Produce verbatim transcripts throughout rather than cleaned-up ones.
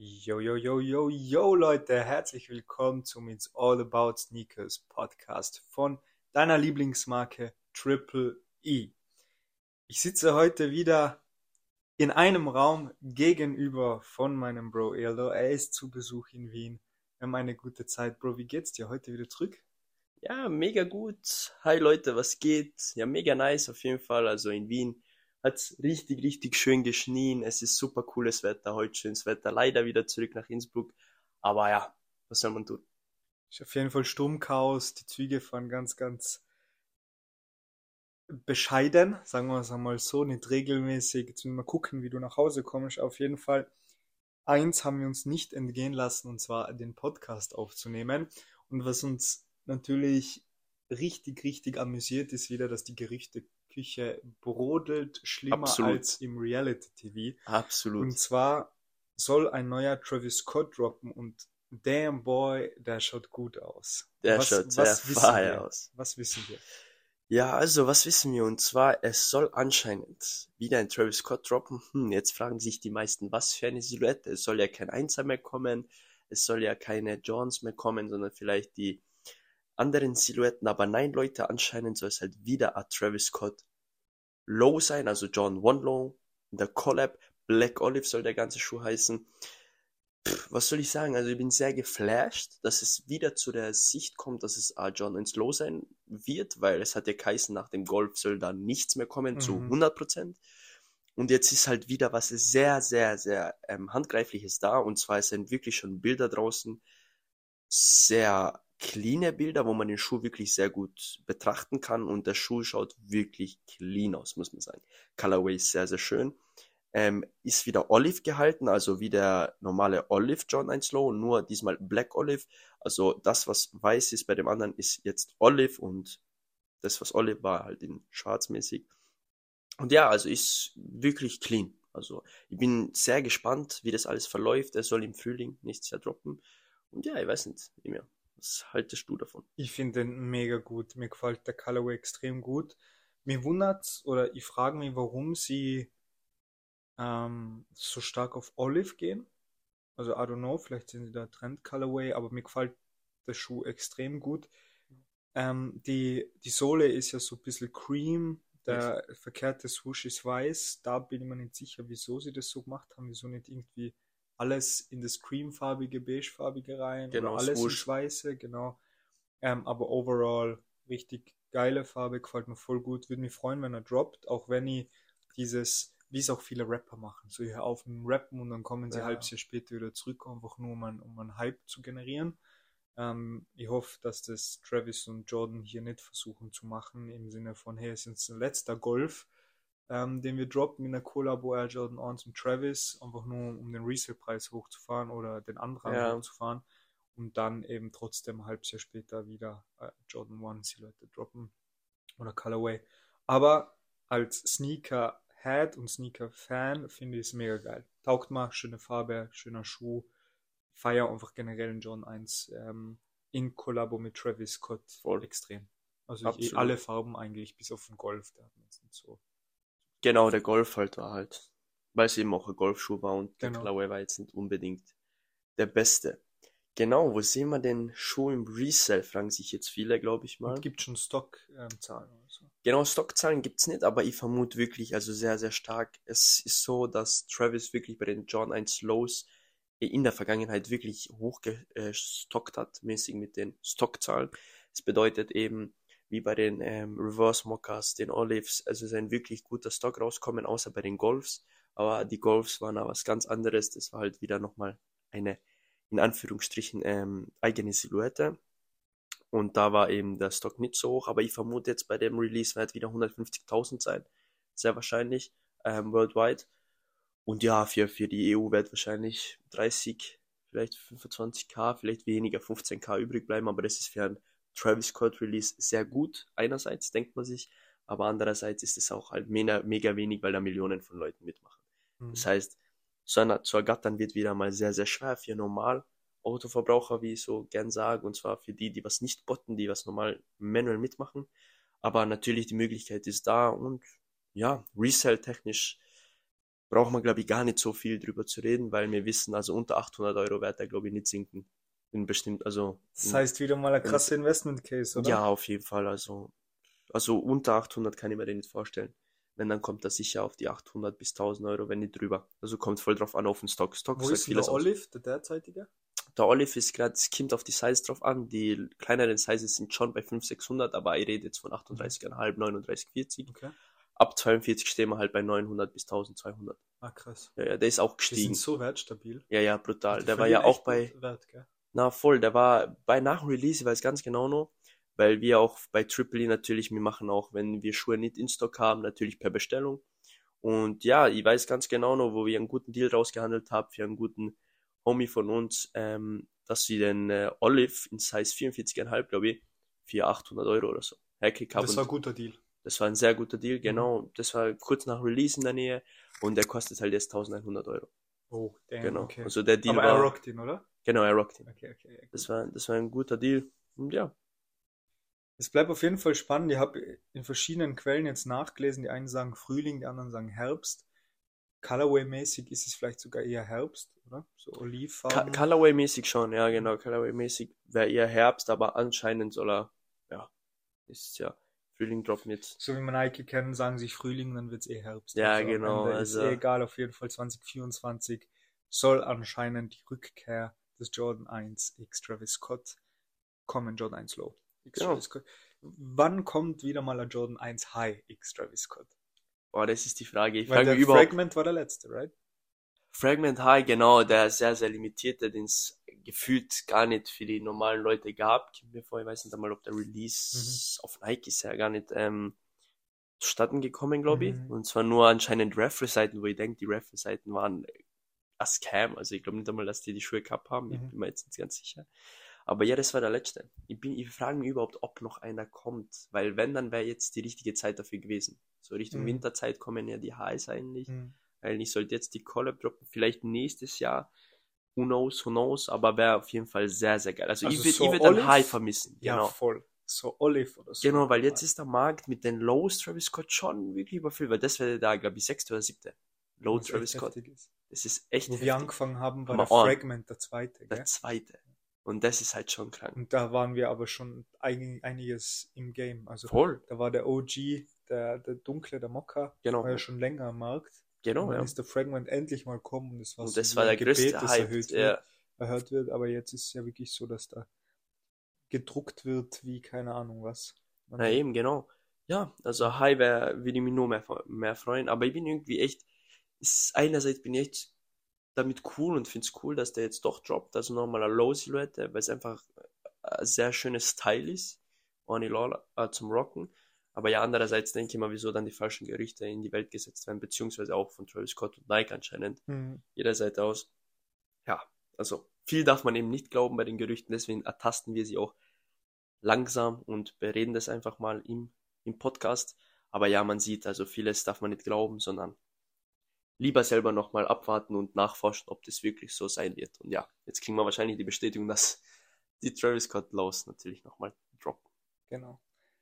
Yo, yo, yo, yo, yo, Leute, herzlich willkommen zum It's All About Sneakers Podcast von deiner Lieblingsmarke Triple E. Ich sitze heute wieder in einem Raum gegenüber von meinem Bro Eldo. Er ist zu Besuch in Wien. Wir haben eine gute Zeit. Bro, wie geht's dir heute wieder zurück? Ja, mega gut. Hi Leute, was geht? Ja, mega nice auf jeden Fall. Also in Wien hat's richtig, richtig schön geschnien. Es ist super cooles Wetter, heute schönes Wetter. Leider wieder zurück nach Innsbruck. Aber ja, was soll man tun? Ist auf jeden Fall Sturmchaos. Die Züge fahren ganz, ganz bescheiden, sagen wir es einmal so, nicht regelmäßig. Jetzt müssen wir mal gucken, wie du nach Hause kommst. Auf jeden Fall, eins haben wir uns nicht entgehen lassen, und zwar den Podcast aufzunehmen. Und was uns natürlich richtig, richtig amüsiert, ist wieder, dass die Gerüchteküche brodelt, schlimmer Absolut, als im Reality-T V. Und absolut. zwar soll ein neuer Travis Scott droppen und damn boy, der schaut gut aus. Der Was, schaut sehr was wissen fire wir? aus. Was wissen wir? Ja, also was wissen wir? Und zwar, es soll anscheinend wieder ein Travis Scott droppen. Hm, jetzt fragen sich die meisten, was für eine Silhouette. Es soll ja kein Einser mehr kommen. Es soll ja keine Johns mehr kommen, sondern vielleicht die anderen Silhouetten. Aber nein, Leute, anscheinend soll es halt wieder ein Travis Scott Low sein, also John One Low. In der Collab Black Olive soll der ganze Schuh heißen. Pff, was soll ich sagen? Also ich bin sehr geflasht, dass es wieder zu der Sicht kommt, dass es ein John ins Low sein wird, weil es hat ja geheißen, nach dem Golf soll da nichts mehr kommen, zu Mhm. hundert Prozent. Und jetzt ist halt wieder was sehr, sehr, sehr ähm, Handgreifliches da. Und zwar sind wirklich schon Bilder draußen, sehr cleane Bilder, wo man den Schuh wirklich sehr gut betrachten kann. Und der Schuh schaut wirklich clean aus, muss man sagen. Colorway ist sehr, sehr schön. Ähm, ist wieder Olive gehalten, also wie der normale Olive John eins Low, nur diesmal Black Olive. Also das, was weiß ist bei dem anderen, ist jetzt Olive und das, was Olive war, halt in schwarzmäßig. Und ja, also ist wirklich clean. Also ich bin sehr gespannt, wie das alles verläuft. Er soll im Frühling nächstes Jahr droppen. Und ja, ich weiß nicht mehr. Was haltest du davon? Ich finde den mega gut. Mir gefällt der Colorway extrem gut. Mir wundert's oder ich frage mich, warum sie ähm, so stark auf Olive gehen. Also, I don't know, vielleicht sind sie da Trend Colorway, aber mir gefällt der Schuh extrem gut. Ähm, die, die Sohle ist ja so ein bisschen cream, Yes. der verkehrte Swoosh ist weiß. Da bin ich mir nicht sicher, wieso sie das so gemacht haben. Wieso nicht irgendwie alles in das creamfarbige, beigefarbige rein oder Genau, alles ins Swoosh. Weiße, genau. Ähm, aber overall richtig geile Farbe, gefällt mir voll gut. Würde mich freuen, wenn er droppt, auch wenn ich dieses, wie es auch viele Rapper machen, so hier auf dem Rappen und dann kommen sie ein halbes Ja, Jahr später wieder zurück, einfach nur um einen, um einen Hype zu generieren. Ähm, ich hoffe, dass das Travis und Jordan hier nicht versuchen zu machen, im Sinne von, hey, es ist jetzt ein letzter Golf, ähm, den wir droppen in der Kollabo Air Jordan eins und Travis, einfach nur um den Resale-Preis hochzufahren oder den Andrang ja, hochzufahren und dann eben trotzdem ein halbes Jahr später wieder äh, Jordan eins Silhouette droppen oder Colorway. Aber als Sneaker-Head und Sneaker-Fan finde ich es mega geil. Taugt mal, schöne Farbe, schöner Schuh. Feier einfach generell den John eins ähm, in Kollabo mit Travis Scott voll. extrem. Also ich, eh alle Absolut. Farben eigentlich, bis auf den Golf, der hat mir jetzt nicht so. Genau, der Golf halt war halt, weil es eben auch ein Golfschuh war und der Genau. Colorway war jetzt nicht unbedingt der beste. Genau, wo sehen wir den Schuh im Resell, fragen sich jetzt viele, glaube ich Und mal. gibt schon Stockzahlen ähm, oder so. Genau, Stockzahlen gibt's nicht, aber ich vermute wirklich, also sehr, sehr stark. Es ist so, dass Travis wirklich bei den John eins Lows in der Vergangenheit wirklich hochgestockt hat, mäßig mit den Stockzahlen. Das bedeutet eben, wie bei den ähm, Reverse Moccas, den Olives, also ist ein wirklich guter Stock rauskommen, außer bei den Golfs. Aber die Golfs waren aber was ganz anderes. Das war halt wieder nochmal eine, in Anführungsstrichen, ähm, eigene Silhouette. Und da war eben der Stock nicht so hoch, aber ich vermute jetzt bei dem Release wird wieder hundertfünfzigtausend sein. Sehr wahrscheinlich, ähm, worldwide. Und ja, für, für die E U wird wahrscheinlich dreißig, vielleicht fünfundzwanzig K, vielleicht weniger, fünfzehn K übrig bleiben, aber das ist für ein Travis Scott Release sehr gut. Einerseits denkt man sich, aber andererseits ist es auch halt mega, mega wenig, weil da Millionen von Leuten mitmachen. Das Mhm. heißt, so einer, zu ergattern wird wieder mal sehr, sehr schwer für normal Autoverbraucher, wie ich so gern sage, und zwar für die, die was nicht botten, die was normal manuell mitmachen. Aber natürlich die Möglichkeit ist da und ja, Resell-technisch braucht man, glaube ich, gar nicht so viel drüber zu reden, weil wir wissen, also unter achthundert Euro wird er, glaube ich, nicht sinken. In bestimmt, also, Das in, heißt wieder mal ein wenn es, krasser Investment Case, oder? ja, auf jeden Fall, also, also unter achthundert kann ich mir den nicht vorstellen. Wenn, dann kommt er sicher auf die achthundert bis tausend Euro, wenn nicht drüber. Also kommt voll drauf an auf den Stock. Stock Wo sagt ist denn vieles der aus. Olive, der derzeitige? Der Olive ist gerade, es kommt auf die Size drauf an. Die kleineren Sizes sind schon bei fünfhundert, sechshundert, aber ich rede jetzt von achtunddreißig Komma fünf, neununddreißig, vierzig. Okay. Ab zweiundvierzig stehen wir halt bei neunhundert bis eintausendzweihundert. Ah, krass. Ja, ja, der ist auch Die sind gestiegen. so wertstabil. Ja, ja, brutal. Die Der war ja verlieren auch echt bei, gut Wert, gell? na voll, der war bei nach dem Release, ich weiß ganz genau noch, weil wir auch bei Triple E natürlich, wir machen auch, wenn wir Schuhe nicht in Stock haben, natürlich per Bestellung. Und ja, ich weiß ganz genau noch, wo wir einen guten Deal rausgehandelt haben für einen guten Homie von uns, ähm, dass sie den äh, Olive in Size vierundvierzig Komma fünf, glaube ich, für achthundert Euro oder so hergekriegt haben. Das war ein guter Deal. Das war ein sehr guter Deal, Mhm. genau. Das war kurz nach Release in der Nähe und der kostet halt jetzt eintausendeinhundert Euro. Oh, damn, Genau. okay. Also der Deal Aber er war, rockt ihn, oder? genau, er rockt ihn. Okay, okay. Ja, Das gut. war, das war ein guter Deal. Und ja, Es bleibt auf jeden Fall spannend. Ich habe in verschiedenen Quellen jetzt nachgelesen. Die einen sagen Frühling, die anderen sagen Herbst. Colorway-mäßig ist es vielleicht sogar eher Herbst, oder? So Ka- olivfarben. Colorway-mäßig schon, ja, genau. Colorway-mäßig wäre eher Herbst, aber anscheinend soll er, ja, ist ja, Frühling droppt nicht. So wie man Nike kennen, sagen sich Frühling, dann wird es eh Herbst. Ja, Also am genau, Ende ist also, eh egal. Auf jeden Fall zwanzig vierundzwanzig soll anscheinend die Rückkehr des Jordan eins X Travis Scott kommen. Jordan eins Low X genau. Travis Scott. Wann kommt wieder mal ein Jordan eins High X Travis Scott? Boah, das ist die Frage. Ich Weil frage der mich überhaupt, Fragment war der letzte, right? Fragment High, genau, der ist sehr, sehr limitierte, den es gefühlt gar nicht für die normalen Leute gab. Kommt mir vor, ich weiß nicht einmal, ob der Release auf Nike ist ja gar nicht ähm, zustande gekommen, glaube ich. Mhm. Und zwar nur anscheinend Reference-Seiten, wo ich denke, die Reference-Seiten waren ein Scam. Also ich glaube nicht einmal, dass die die Schuhe gehabt haben. Ich Mhm. bin mir jetzt nicht ganz sicher. Aber ja, das war der letzte. Ich bin, ich frage mich überhaupt, ob noch einer kommt. Weil wenn, dann wäre jetzt die richtige Zeit dafür gewesen. So Richtung Mhm. Winterzeit kommen ja die Highs eigentlich. Mhm. Eigentlich sollte jetzt die Collab droppen, vielleicht nächstes Jahr. Who knows, who knows, aber wäre auf jeden Fall sehr, sehr geil. Also, Also ich würde so ich würd einen Olive? High vermissen, Ja, genau. voll. So Olive oder so. Genau, weil jetzt ist der Markt mit den Lows Travis Scott schon wirklich überfüllt, weil das wäre da, glaube ich, sechste oder siebte Low Was Travis echt Scott. heftig ist. Das ist echt Wo wir heftig. angefangen haben, war Hammer der on. Fragment der zweite, Der gell? zweite. Und das ist halt schon krank. Und da waren wir aber schon ein, einiges im Game. Also Voll. da war der O G, der, der dunkle, der Mokka, Genau. war ja schon länger am Markt. Und Genau, dann ja. ist der Fragment endlich mal gekommen und es war Und so das wie war ein der größte Gebet, das Hype. erhöht Ja, wird, erhört wird. Aber jetzt ist es ja wirklich so, dass da gedruckt wird wie keine Ahnung was. na Man, eben, genau. Ja, also High wäre, würde ich mich nur mehr, mehr freuen. Aber ich bin irgendwie echt, ist, einerseits bin ich echt damit cool und finde es cool, dass der jetzt doch droppt. Also nochmal eine Low-Silhouette, weil es einfach ein sehr schönes Style ist. Ohne Lala, äh, zum Rocken. Aber ja, andererseits denke ich mal, wieso dann die falschen Gerüchte in die Welt gesetzt werden, beziehungsweise auch von Travis Scott und Nike anscheinend. Mhm. Jeder Seite aus. Ja, also viel darf man eben nicht glauben bei den Gerüchten, deswegen ertasten wir sie auch langsam und bereden das einfach mal im, im Podcast. Aber ja, man sieht, also vieles darf man nicht glauben, sondern lieber selber nochmal abwarten und nachforschen, ob das wirklich so sein wird. Und ja, jetzt kriegen wir wahrscheinlich die Bestätigung, dass die Travis Scott Lows natürlich nochmal droppen. Genau.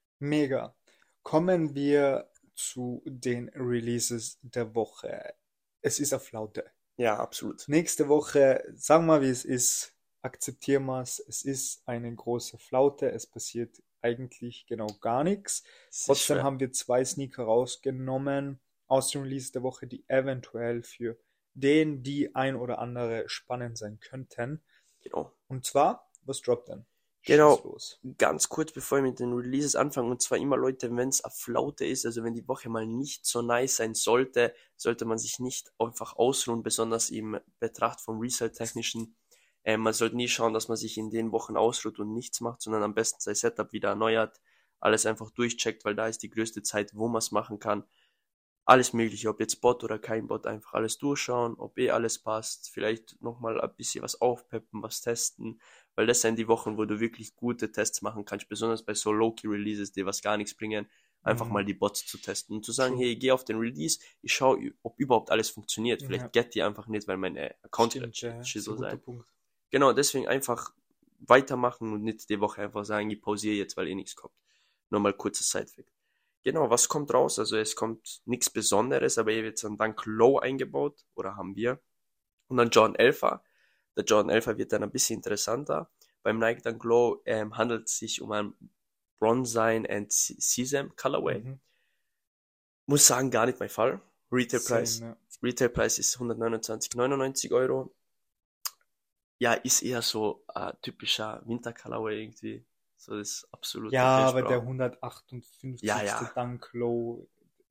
Mega. Kommen wir zu den Releases der Woche. Es ist auf Laute. Ja, absolut. Nächste Woche, sagen wir wie es ist, akzeptieren wir es. Es ist eine große Flaute. Es passiert eigentlich genau gar nichts. Es ist Trotzdem schwer. haben wir zwei Sneaker rausgenommen aus dem Release der Woche, die eventuell für den, die ein oder andere spannend sein könnten. Genau. Und zwar, was droppt denn? Schieß Genau, los. ganz kurz bevor ich mit den Releases anfange, und zwar immer Leute, wenn es eine Flaute ist, also wenn die Woche mal nicht so nice sein sollte, sollte man sich nicht einfach ausruhen, besonders im Betracht vom Resale-Technischen. Ähm, man sollte nie schauen, dass man sich in den Wochen ausruht und nichts macht, sondern am besten sein Setup wieder erneuert, alles einfach durchcheckt, weil da ist die größte Zeit, wo man es machen kann. Alles Mögliche, ob jetzt Bot oder kein Bot, einfach alles durchschauen, ob eh alles passt, vielleicht nochmal ein bisschen was aufpeppen, was testen, weil das sind die Wochen, wo du wirklich gute Tests machen kannst, besonders bei so Low-Key-Releases, die was gar nichts bringen, einfach Mhm. mal die Bots zu testen und zu sagen, True. hey, ich gehe auf den Release, ich schaue, ob überhaupt alles funktioniert, vielleicht Ja. get die einfach nicht, weil mein äh, Account Stimmt, ja, wird ist ein schissel guter sein. Punkt. Genau, deswegen einfach weitermachen und nicht die Woche einfach sagen, ich pausiere jetzt, weil eh nichts kommt. Nur mal kurzes Side-Fact. Genau, was kommt raus? Also es kommt nichts Besonderes, aber hier wird dann Dunk Low eingebaut, oder haben wir. Und dann Jordan Elfer. Der Jordan Elfer wird dann ein bisschen interessanter. Beim Nike Dunk Low ähm, handelt es sich um ein Bronzine and Sesame Colorway. Mhm. Muss sagen, gar nicht mein Fall. Retailpreis, Same, ja. Retailpreis ist hundertneunundzwanzig Komma neunundneunzig Euro. Ja, ist eher so äh, typischer Winter-Colorway irgendwie. So das absolute Ja, aber der Beigebraun. Ja, hundertachtundfünfzigste ja, Dunk Low.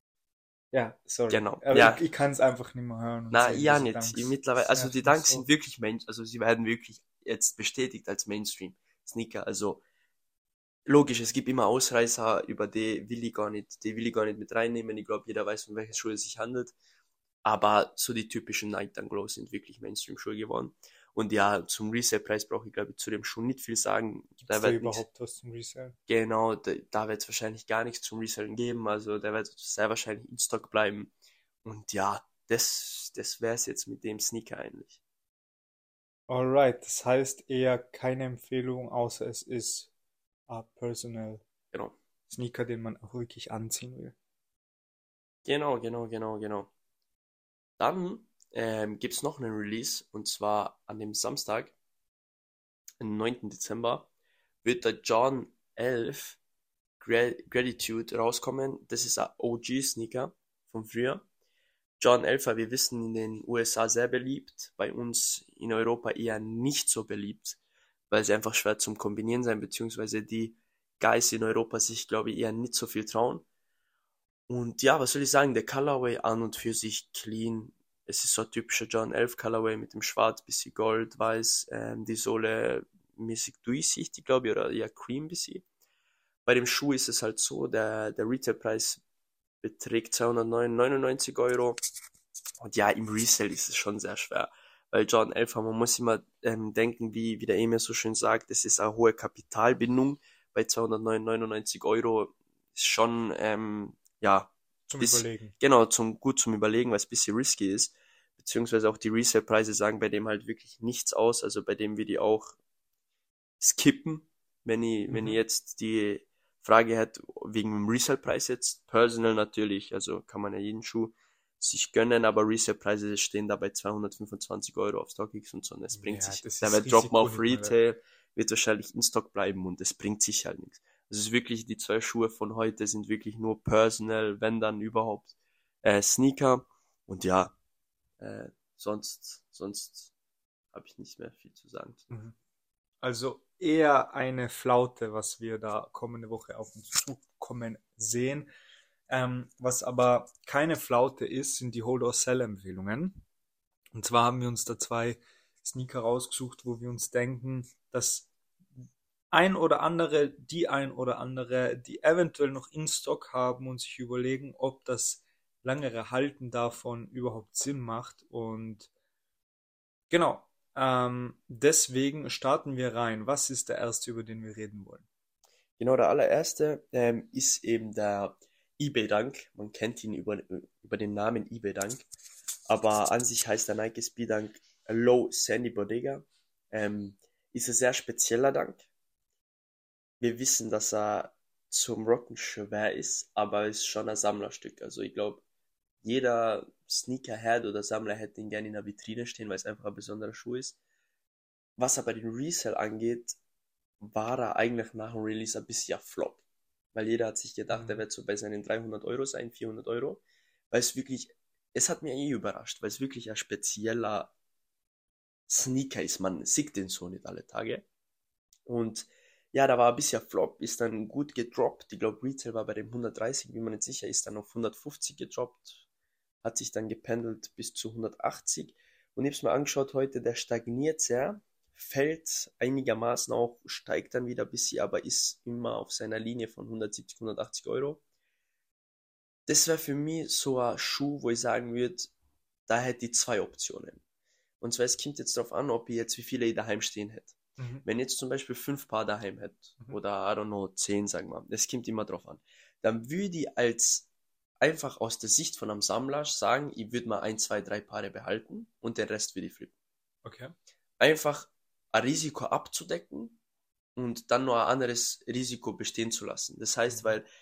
Ja, sorry. genau. Aber Ja, ich, ich kann es einfach nicht mehr hören und na, sehen, ja diese nicht. Ich Dunks. mittlerweile, Das also die nervt mich Dunks sind so. wirklich Main, also sie werden wirklich jetzt bestätigt als Mainstream-Sneaker. Also logisch, es gibt immer Ausreißer, über die will ich gar nicht, die will ich gar nicht mit reinnehmen. Ich glaube, jeder weiß, um welche Schuhe es sich handelt. Aber so die typischen Nike Dunk Low sind wirklich Mainstream-Schuhe geworden. Und ja, zum Resale-Preis brauche ich, glaube ich, zu dem Schuh nicht viel sagen. Gibt es Da da wird nichts, überhaupt was zum Resell? genau, da, da wird es wahrscheinlich gar nichts zum Resellen geben. Also der wird sehr wahrscheinlich in Stock bleiben. Und ja, das, das wäre es jetzt mit dem Sneaker eigentlich. Alright, das heißt eher keine Empfehlung, außer es ist ein Personal Genau. Sneaker, den man auch wirklich anziehen will. Genau, genau, genau, genau. Dann ähm, gibt es noch einen Release und zwar an dem Samstag, am neunten Dezember, wird der John elf Gra- Gratitude rauskommen. Das ist ein O G-Sneaker von früher. John elfer, wir wissen, in den U S A sehr beliebt, bei uns in Europa eher nicht so beliebt, weil sie einfach schwer zum Kombinieren sein, beziehungsweise die Guys in Europa sich, glaube ich, eher nicht so viel trauen. Und ja, was soll ich sagen, der Colorway an und für sich clean. Es ist so ein typischer John elf Colorway mit dem Schwarz, bisschen Gold, Weiß, ähm, die Sohle mäßig durchsichtig, glaube ich, oder eher cream bisschen. Bei dem Schuh ist es halt so, der, der Retailpreis beträgt zweihundertneunundneunzig Euro. Und ja, im Resell ist es schon sehr schwer. Weil John elf, man muss immer ähm, denken, wie, wie der Emir so schön sagt, es ist eine hohe Kapitalbindung. Bei zweihundertneunundneunzig Euro ist schon, ähm, ja, Zum bis, Überlegen. genau, zum, gut zum Überlegen, weil es ein bisschen risky ist. Beziehungsweise auch die Resale-Preise sagen bei dem halt wirklich nichts aus. Also bei dem wir die auch skippen, wenn ich, wenn ich Mhm. jetzt die Frage hätte, wegen dem Resale-Preis jetzt, Personal natürlich, also kann man ja jeden Schuh sich gönnen, aber Resale-Preise stehen da bei zweihundertfünfundzwanzig Euro auf StockX und so, und es bringt Ja, sich, das der ist wird droppen Risiko auf nicht mehr wert. Retail, wird wahrscheinlich in Stock bleiben und es bringt sich halt nichts. Also es ist wirklich, die zwei Schuhe von heute sind wirklich nur Personal, wenn dann überhaupt, äh, Sneaker und ja, äh, sonst, sonst habe ich nicht mehr viel zu sagen. Mhm. Also eher eine Flaute, was wir da kommende Woche auf uns zukommen sehen. Ähm, was aber keine Flaute ist, sind die Hold-or-Sell-Empfehlungen. Und zwar haben wir uns da zwei Sneaker rausgesucht, wo wir uns denken, dass ein oder andere, die ein oder andere, die eventuell noch in Stock haben und sich überlegen, ob das langere Halten davon überhaupt Sinn macht. Und genau, ähm, deswegen starten wir rein. Was ist der erste, über den wir reden wollen? Genau, der allererste ähm, ist eben der eBay Dunk. Man kennt ihn über, über den Namen eBay Dunk. Aber an sich heißt der Nike Speed Dunk Low Sandy Bodega. Ähm, ist ein sehr spezieller Dunk. Wir wissen, dass er zum Rocken schwer ist, aber ist schon ein Sammlerstück. Also ich glaube, jeder Sneakerhead oder Sammler hätte ihn gerne in der Vitrine stehen, weil es einfach ein besonderer Schuh ist. Was aber den Resell angeht, war er eigentlich nach dem Release ein bisschen ein Flop. Weil jeder hat sich gedacht, er Mhm. wird so bei seinen dreihundert Euro sein, vierhundert Euro. Weil es wirklich, es hat mir eh überrascht, weil es wirklich ein spezieller Sneaker ist. Man sieht den so nicht alle Tage. Und ja, da war ein bisschen ein Flop, ist dann gut gedroppt. Ich glaube, Retail war bei dem hundertdreißig, bin mir nicht sicher, ist dann auf hundertfünfzig gedroppt. Hat sich dann gependelt bis zu hundertachtzig. Und ich habe es mir angeschaut heute, der stagniert sehr, fällt einigermaßen auch, steigt dann wieder ein bisschen, aber ist immer auf seiner Linie von hundertsiebzig, hundertachtzig Euro. Das wäre für mich so ein Schuh, wo ich sagen würde, da hätte ich zwei Optionen. Und zwar, es kommt jetzt darauf an, ob ich jetzt, wie viele ich daheim stehen hätte. Mhm. Wenn ich jetzt zum Beispiel fünf Paar daheim hätte, Mhm. oder I don't know, zehn, sagen wir, das kommt immer drauf an, dann würde ich als einfach aus der Sicht von einem Sammler sagen, ich würde mal ein, zwei, drei Paare behalten und den Rest würde ich flippen. Okay. Einfach ein Risiko abzudecken und dann noch ein anderes Risiko bestehen zu lassen. Das heißt, Mhm. weil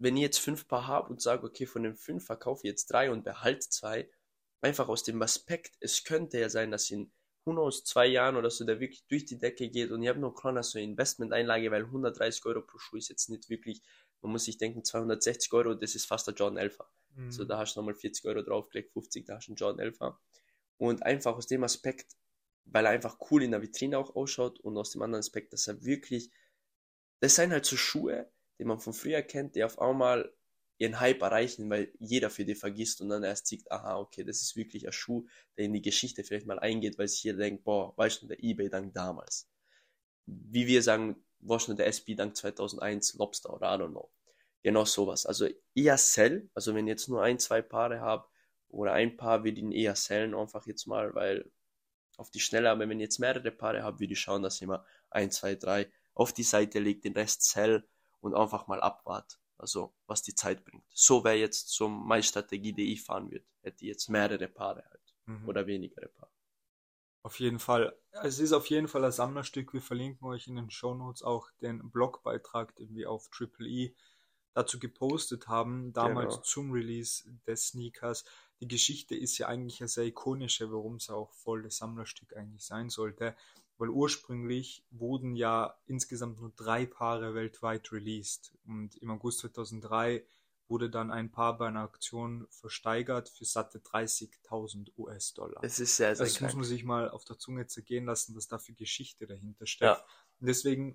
wenn ich jetzt fünf Paar habe und sage, okay, von den fünf verkaufe ich jetzt drei und behalte zwei, einfach aus dem Aspekt, es könnte ja sein, dass in who knows, zwei Jahren oder so, der wirklich durch die Decke geht und ich habe noch kleiner so eine Investmenteinlage, weil hundertdreißig Euro pro Schuh ist jetzt nicht wirklich, man muss sich denken, zweihundertsechzig Euro, das ist fast der Jordan elfer. Mhm. So, da hast du nochmal vierzig Euro draufgelegt, fünfzig, da hast du einen Jordan elfer. Und einfach aus dem Aspekt, weil er einfach cool in der Vitrine auch ausschaut und aus dem anderen Aspekt, dass er wirklich, das sind halt so Schuhe, die man von früher kennt, die auf einmal ihren Hype erreichen, weil jeder für die vergisst und dann erst sieht, aha, okay, das ist wirklich ein Schuh, der in die Geschichte vielleicht mal eingeht, weil sich jeder denkt, boah, weißt du, der eBay-Dank damals. Wie wir sagen, was schon der S B-Dank zweitausendeins, Lobster oder I don't know. Genau sowas. Also eher sell, also wenn ich jetzt nur ein, zwei Paare habe oder ein Paar, würde ich ihn eher sellen, einfach jetzt mal, weil auf die Schnelle, aber wenn ich jetzt mehrere Paare habe, würde ich schauen, dass ich immer ein, zwei, drei auf die Seite lege, den Rest sell und einfach mal abwart. Also, was die Zeit bringt. So wäre jetzt so meine Strategie, die ich fahren würde. Hätte ich jetzt mehrere Paare halt. Mhm. Oder weniger Paare. Auf jeden Fall. Es ist auf jeden Fall ein Sammlerstück. Wir verlinken euch in den Shownotes auch den Blogbeitrag, den wir auf Triple E dazu gepostet haben, damals Genau. zum Release des Sneakers. Die Geschichte ist ja eigentlich eine sehr ikonische, warum es auch voll das Sammlerstück eigentlich sein sollte, weil ursprünglich wurden ja insgesamt nur drei Paare weltweit released und im August zweitausenddrei wurde dann ein Paar bei einer Aktion versteigert für satte dreißigtausend U S-Dollar. Es ist sehr, sehr Das muss man krank. sich mal auf der Zunge zergehen lassen, was da für Geschichte dahinter steckt. Ja, Und deswegen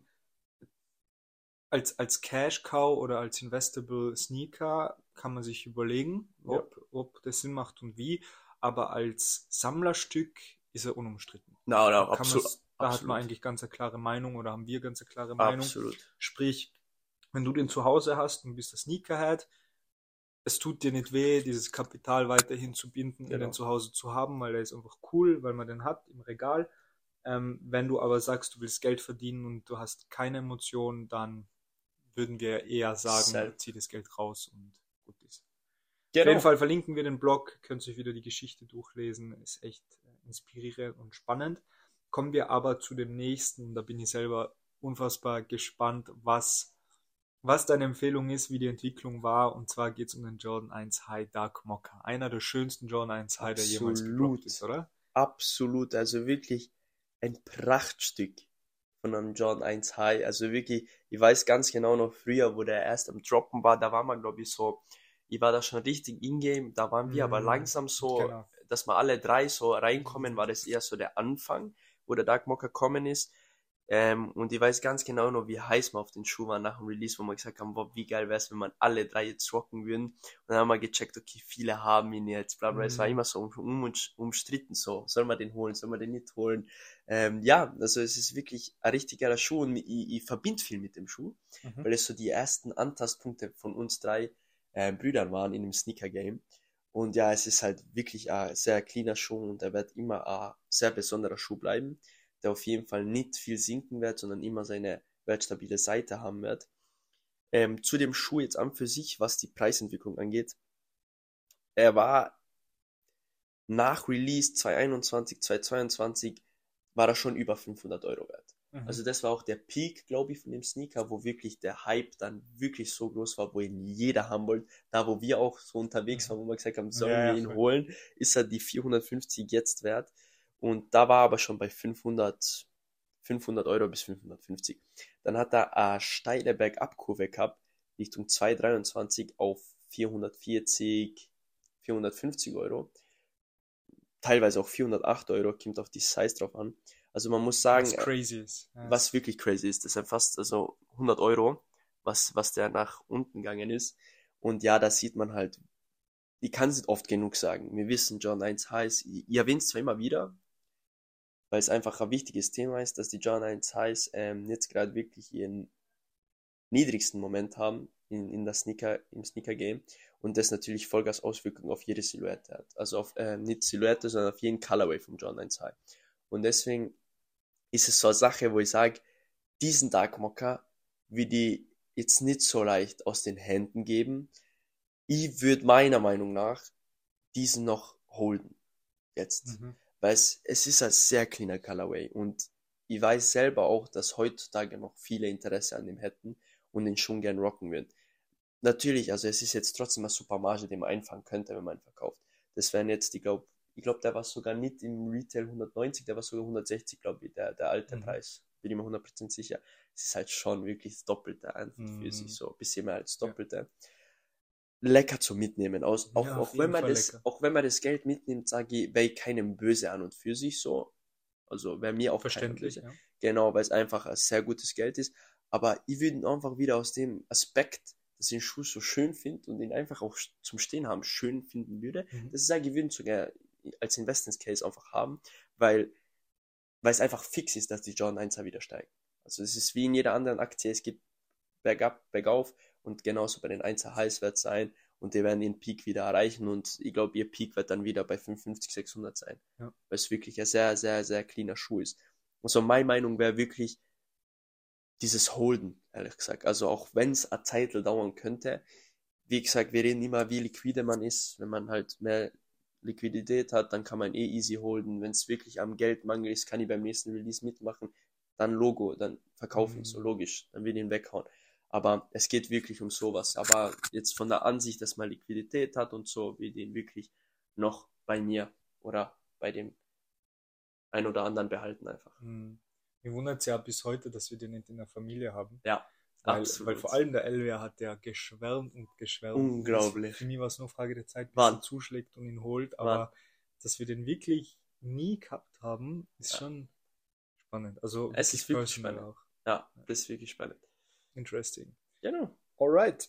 als, als Cash Cow oder als Investable Sneaker kann man sich überlegen, ja. ob, ob das Sinn macht und wie, aber als Sammlerstück ist er unumstritten. Na, Da na, kann absolut. man's, da hat man Absolut. eigentlich ganz eine klare Meinung oder haben wir ganz eine klare Meinung. Absolut. Sprich, wenn du den zu Hause hast und bist der Sneakerhead, es tut dir nicht weh, dieses Kapital weiterhin zu binden und den Genau. zu Hause zu haben, weil der ist einfach cool, weil man den hat im Regal. Ähm, wenn du aber sagst, du willst Geld verdienen und du hast keine Emotionen, dann würden wir eher sagen, Sell. zieh das Geld raus und gut ist. Auf jeden Genau. Fall verlinken wir den Blog, könnt ihr euch wieder die Geschichte durchlesen, ist echt äh, inspirierend und spannend. Kommen wir aber zu dem nächsten, da bin ich selber unfassbar gespannt, was, was deine Empfehlung ist, wie die Entwicklung war, und zwar geht es um den Jordan eins High Dark Mocha. Einer der schönsten Jordan eins High, der jemals gedroppt ist, Absolut. oder? Absolut. Also wirklich ein Prachtstück von einem Jordan eins High. Also wirklich, ich weiß ganz genau noch früher, wo der erst am Droppen war, da war man, glaube ich, so, ich war da schon richtig in-game, da waren wir aber Mm, langsam so, genau. dass wir alle drei so reinkommen, war das eher so der Anfang, wo der Dark Mocha kommen ist. Ähm, und ich weiß ganz genau noch, wie heiß wir auf den Schuh waren nach dem Release, wo wir gesagt haben, boah, wie geil wäre es, wenn man alle drei jetzt rocken würden. Und dann haben wir gecheckt, okay, viele haben ihn jetzt, bla bla. Es war Mm, immer so um, um, umstritten so. Soll man den holen, soll man den nicht holen? Ähm, ja, also es ist wirklich ein richtig geiler Schuh und ich, ich verbinde viel mit dem Schuh, mhm. weil es so die ersten Antastpunkte von uns drei äh, Brüdern waren in dem Sneaker-Game. Und ja, es ist halt wirklich ein sehr cleaner Schuh und er wird immer ein sehr besonderer Schuh bleiben, der auf jeden Fall nicht viel sinken wird, sondern immer seine wertstabile Seite haben wird. Ähm, zu dem Schuh jetzt an für sich, was die Preisentwicklung angeht. Er war nach Release zwanzig einundzwanzig, zwanzig zweiundzwanzig, war er schon über fünfhundert Euro wert. Mhm. Also das war auch der Peak, glaube ich, von dem Sneaker, wo wirklich der Hype dann wirklich so groß war, wo ihn jeder haben wollte. Da, wo wir auch so unterwegs waren, wo wir gesagt haben, Ja, sollen wir ja, ihn voll. holen, ist er die vierhundertfünfzig jetzt wert. Und da war er aber schon bei fünfhundert, fünfhundert Euro bis fünfhundertfünfzig. Dann hat er eine steile Bergab-Kurve gehabt, Richtung zweihundertdreiundzwanzig auf vierhundertvierzig, vierhundertfünfzig Euro. Teilweise auch vierhundertacht Euro, kommt auf die Size drauf an. Also man muss sagen, Was crazy ist. Ja. was wirklich crazy ist, das sind fast also hundert Euro, was, was der nach unten gegangen ist. Und ja, da sieht man halt, ich kann es nicht oft genug sagen. Wir wissen, John eins Highs, ich, ich erwähne es zwar immer wieder, weil es einfach ein wichtiges Thema ist, dass die John eins Highs ähm, jetzt gerade wirklich ihren niedrigsten Moment haben in, in der Sneaker, im Sneaker-Game und das natürlich Vollgas Auswirkungen auf jede Silhouette hat. Also auf, äh, nicht Silhouette, sondern auf jeden Colorway vom John eins High. Und deswegen ist es so eine Sache, wo ich sage, diesen Dark Mocha würde ich jetzt nicht so leicht aus den Händen geben. Ich würde meiner Meinung nach diesen noch holden. Jetzt. Mhm. Weil es, es ist ein sehr cleaner Colorway und ich weiß selber auch, dass heutzutage noch viele Interesse an dem hätten und den schon gern rocken würden. natürlich, also es ist jetzt trotzdem eine super Marge, die man einfangen könnte, wenn man ihn verkauft. Das wären jetzt, ich glaube, ich glaube, der war sogar nicht im Retail hundertneunzig, der war sogar hundertsechzig, glaube ich, der, der alte Mhm. Preis. Bin ich mir hundert Prozent sicher. Es ist halt schon wirklich das Doppelte einfach für sich, Mhm. so ein bisschen mehr als Ja. Doppelte. Lecker zu mitnehmen, aus, auch, Ja, auf auch wenn jeden man Fall das, lecker. auch wenn man das Geld mitnimmt, sage ich, wäre ich keinem böse an und für sich so. Also wäre mir auch keiner Verständlich, böse. ja. Genau, weil es einfach ein sehr gutes Geld ist. Aber ich würde ihn einfach wieder aus dem Aspekt, dass ich den Schuh so schön finde und ihn einfach auch zum Stehen haben schön finden würde, Mhm. dass ich sage, ich würde ihn sogar als Investment Case einfach haben, weil, weil es einfach fix ist, dass die Jordan eins wieder steigen. Also es ist wie in jeder anderen Aktie, es gibt bergab, bergauf und genauso bei den Einser heiß wird es sein und die werden ihren Peak wieder erreichen und ich glaube, ihr Peak wird dann wieder bei fünfhundertfünfzig, sechshundert sein, Ja. weil es wirklich ein sehr, sehr, sehr cleaner Schuh ist. Also meine Meinung wäre wirklich dieses Holden, ehrlich gesagt. Also auch wenn es eine Zeit dauern könnte, wie gesagt, wir reden immer, wie liquide man ist. Wenn man halt mehr Liquidität hat, dann kann man eh easy holden. Wenn es wirklich am Geldmangel ist, kann ich beim nächsten Release mitmachen. Dann Logo, dann verkaufen, so Mhm. logisch, dann will ich ihn weghauen. Aber es geht wirklich um sowas. Aber jetzt von der Ansicht, dass man Liquidität hat und so, will ich den wirklich noch bei mir oder bei dem ein oder anderen behalten einfach. Mhm. Mir wundert es ja bis heute, dass wir den nicht in der Familie haben. Ja, Weil, weil vor absolut. allem der Elvia hat ja geschwärmt und geschwärmt. Und das, Unglaublich. für mich war es nur Frage der Zeit, bis Wann? er zuschlägt und ihn holt. Wann? Aber dass wir den wirklich nie gehabt haben, ist Ja. schon spannend. Also Es wirklich ist wirklich personal spannend. auch. Ja, das ist wirklich spannend. Interesting. Genau. Alright.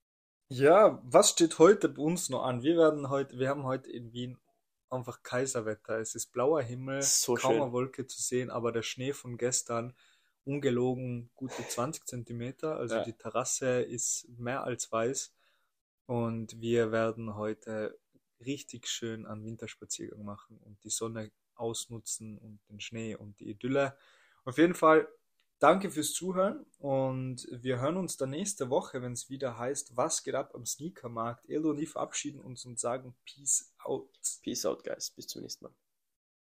Ja, was steht heute bei uns noch an? Wir werden heute, wir haben heute in Wien einfach Kaiserwetter. Es ist blauer Himmel, So kaum schön. eine Wolke zu sehen, aber der Schnee von gestern, ungelogen gute zwanzig Zentimeter. Also Ja. die Terrasse ist mehr als weiß. Und wir werden heute richtig schön einen Winterspaziergang machen und die Sonne ausnutzen und den Schnee und die Idylle. Auf jeden Fall danke fürs Zuhören und wir hören uns dann nächste Woche, wenn es wieder heißt, was geht ab am Sneakermarkt. Elo und ich verabschieden uns und sagen Peace out. Peace out, guys. Bis zum nächsten Mal.